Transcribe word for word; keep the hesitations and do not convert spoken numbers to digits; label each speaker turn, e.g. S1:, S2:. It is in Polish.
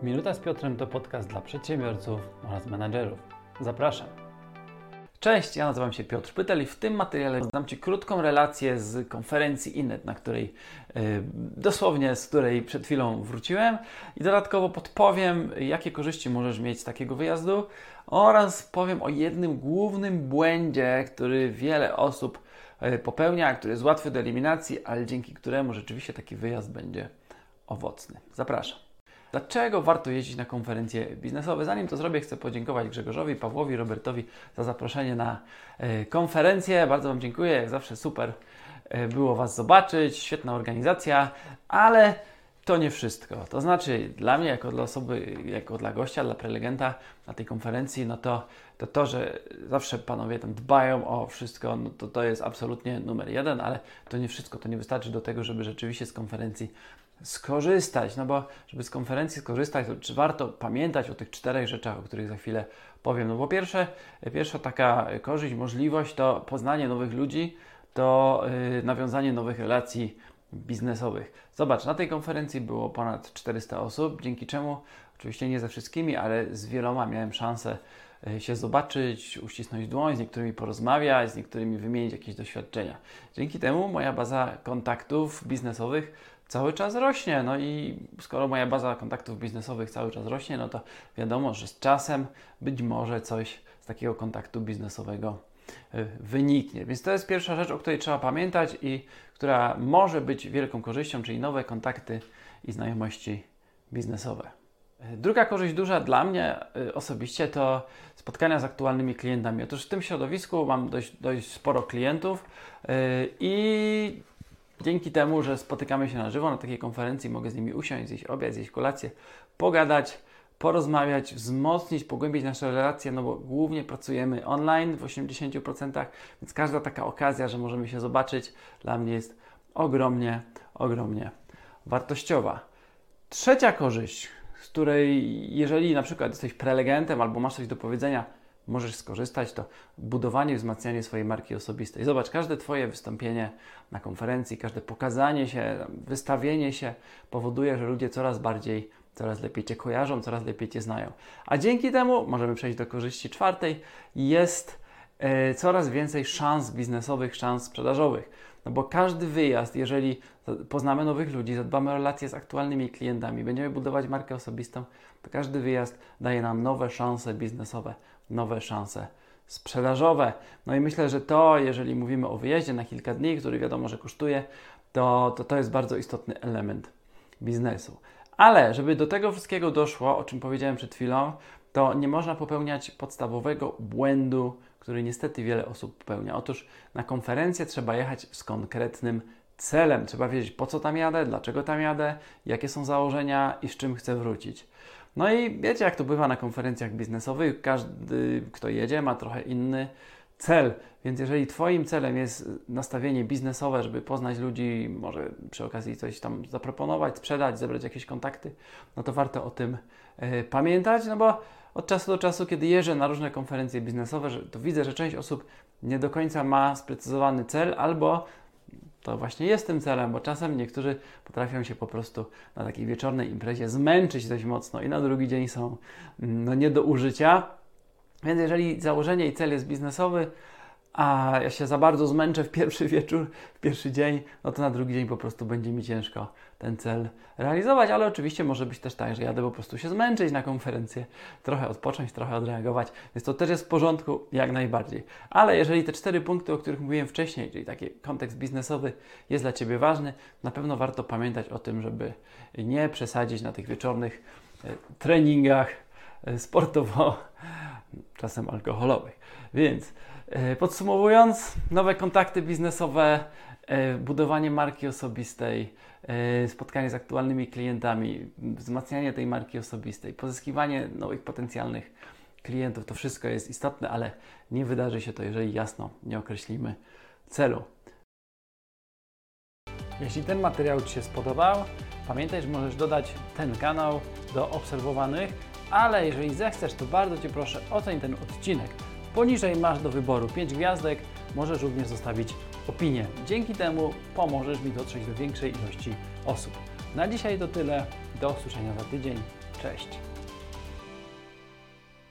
S1: Minuta z Piotrem to podcast dla przedsiębiorców oraz menadżerów. Zapraszam. Cześć, ja nazywam się Piotr Pytel i w tym materiale dam Ci krótką relację z konferencji Inet, na której yy, dosłownie z której przed chwilą wróciłem i dodatkowo podpowiem, jakie korzyści możesz mieć z takiego wyjazdu oraz powiem o jednym głównym błędzie, który wiele osób yy, popełnia, który jest łatwy do eliminacji, ale dzięki któremu rzeczywiście taki wyjazd będzie owocny. Zapraszam. Dlaczego warto jeździć na konferencje biznesowe? Zanim to zrobię, chcę podziękować Grzegorzowi, Pawłowi, Robertowi za zaproszenie na y, konferencję. Bardzo Wam dziękuję, jak zawsze super y, było Was zobaczyć, świetna organizacja, ale to nie wszystko. To znaczy dla mnie, jako dla osoby, jako dla gościa, dla prelegenta na tej konferencji, no to to, to że zawsze panowie tam dbają o wszystko, no to to jest absolutnie numer jeden, ale to nie wszystko, to nie wystarczy do tego, żeby rzeczywiście z konferencji skorzystać, no bo żeby z konferencji skorzystać, to czy warto pamiętać o tych czterech rzeczach, o których za chwilę powiem. No po pierwsze, pierwsza taka korzyść, możliwość to poznanie nowych ludzi, to yy, nawiązanie nowych relacji biznesowych. Zobacz, na tej konferencji było ponad czterysta osób, dzięki czemu, oczywiście nie ze wszystkimi, ale z wieloma miałem szansę się zobaczyć, uścisnąć dłoń, z niektórymi porozmawiać, z niektórymi wymienić jakieś doświadczenia. Dzięki temu moja baza kontaktów biznesowych cały czas rośnie. No i skoro moja baza kontaktów biznesowych cały czas rośnie, no to wiadomo, że z czasem być może coś z takiego kontaktu biznesowego wyniknie. Więc to jest pierwsza rzecz, o której trzeba pamiętać i która może być wielką korzyścią, czyli nowe kontakty i znajomości biznesowe. Druga korzyść duża dla mnie osobiście to spotkania z aktualnymi klientami. Otóż w tym środowisku mam dość, dość sporo klientów i dzięki temu, że spotykamy się na żywo na takiej konferencji, mogę z nimi usiąść, zjeść obiad, zjeść kolację, pogadać, porozmawiać, wzmocnić, pogłębić nasze relacje, no bo głównie pracujemy online w osiemdziesięciu procentach, więc każda taka okazja, że możemy się zobaczyć, dla mnie jest ogromnie, ogromnie wartościowa. Trzecia korzyść, z której jeżeli na przykład jesteś prelegentem albo masz coś do powiedzenia, możesz skorzystać, to budowanie i wzmacnianie swojej marki osobistej. Zobacz, każde Twoje wystąpienie na konferencji, każde pokazanie się, wystawienie się powoduje, że ludzie coraz bardziej, coraz lepiej Cię kojarzą, coraz lepiej Cię znają. A dzięki temu, możemy przejść do korzyści czwartej, jest e, coraz więcej szans biznesowych, szans sprzedażowych. No bo każdy wyjazd, jeżeli poznamy nowych ludzi, zadbamy o relacje z aktualnymi klientami, będziemy budować markę osobistą, to każdy wyjazd daje nam nowe szanse biznesowe, nowe szanse sprzedażowe. No i myślę, że to, jeżeli mówimy o wyjeździe na kilka dni, który wiadomo, że kosztuje, to to, to jest bardzo istotny element biznesu. Ale żeby do tego wszystkiego doszło, o czym powiedziałem przed chwilą, to nie można popełniać podstawowego błędu, który niestety wiele osób popełnia. Otóż na konferencję trzeba jechać z konkretnym celem. Trzeba wiedzieć, po co tam jadę, dlaczego tam jadę, jakie są założenia i z czym chcę wrócić. No i wiecie, jak to bywa na konferencjach biznesowych, każdy, kto jedzie, ma trochę inny cel, więc jeżeli Twoim celem jest nastawienie biznesowe, żeby poznać ludzi, może przy okazji coś tam zaproponować, sprzedać, zebrać jakieś kontakty, no to warto o tym yy, pamiętać, no bo od czasu do czasu, kiedy jeżdżę na różne konferencje biznesowe, że, to widzę, że część osób nie do końca ma sprecyzowany cel, albo to właśnie jest tym celem, bo czasem niektórzy potrafią się po prostu na takiej wieczornej imprezie zmęczyć dość mocno i na drugi dzień są no, nie do użycia. Więc jeżeli założenie i cel jest biznesowy, a ja się za bardzo zmęczę w pierwszy wieczór, w pierwszy dzień, no to na drugi dzień po prostu będzie mi ciężko ten cel realizować, ale oczywiście może być też tak, że jadę po prostu się zmęczyć na konferencję, trochę odpocząć, trochę odreagować, więc to też jest w porządku jak najbardziej. Ale jeżeli te cztery punkty, o których mówiłem wcześniej, czyli taki kontekst biznesowy jest dla Ciebie ważny, na pewno warto pamiętać o tym, żeby nie przesadzić na tych wieczornych e, treningach e, sportowo, czasem alkoholowych. Więc e, podsumowując, nowe kontakty biznesowe, e, budowanie marki osobistej, e, spotkanie z aktualnymi klientami, wzmacnianie tej marki osobistej, pozyskiwanie nowych potencjalnych klientów, to wszystko jest istotne, ale nie wydarzy się to, jeżeli jasno nie określimy celu. Jeśli ten materiał Ci się spodobał, pamiętaj, że możesz dodać ten kanał do obserwowanych, ale jeżeli zechcesz, to bardzo Cię proszę, oceń ten odcinek. Poniżej masz do wyboru pięć gwiazdek, możesz również zostawić opinię. Dzięki temu pomożesz mi dotrzeć do większej ilości osób. Na dzisiaj to tyle, do usłyszenia za tydzień. Cześć!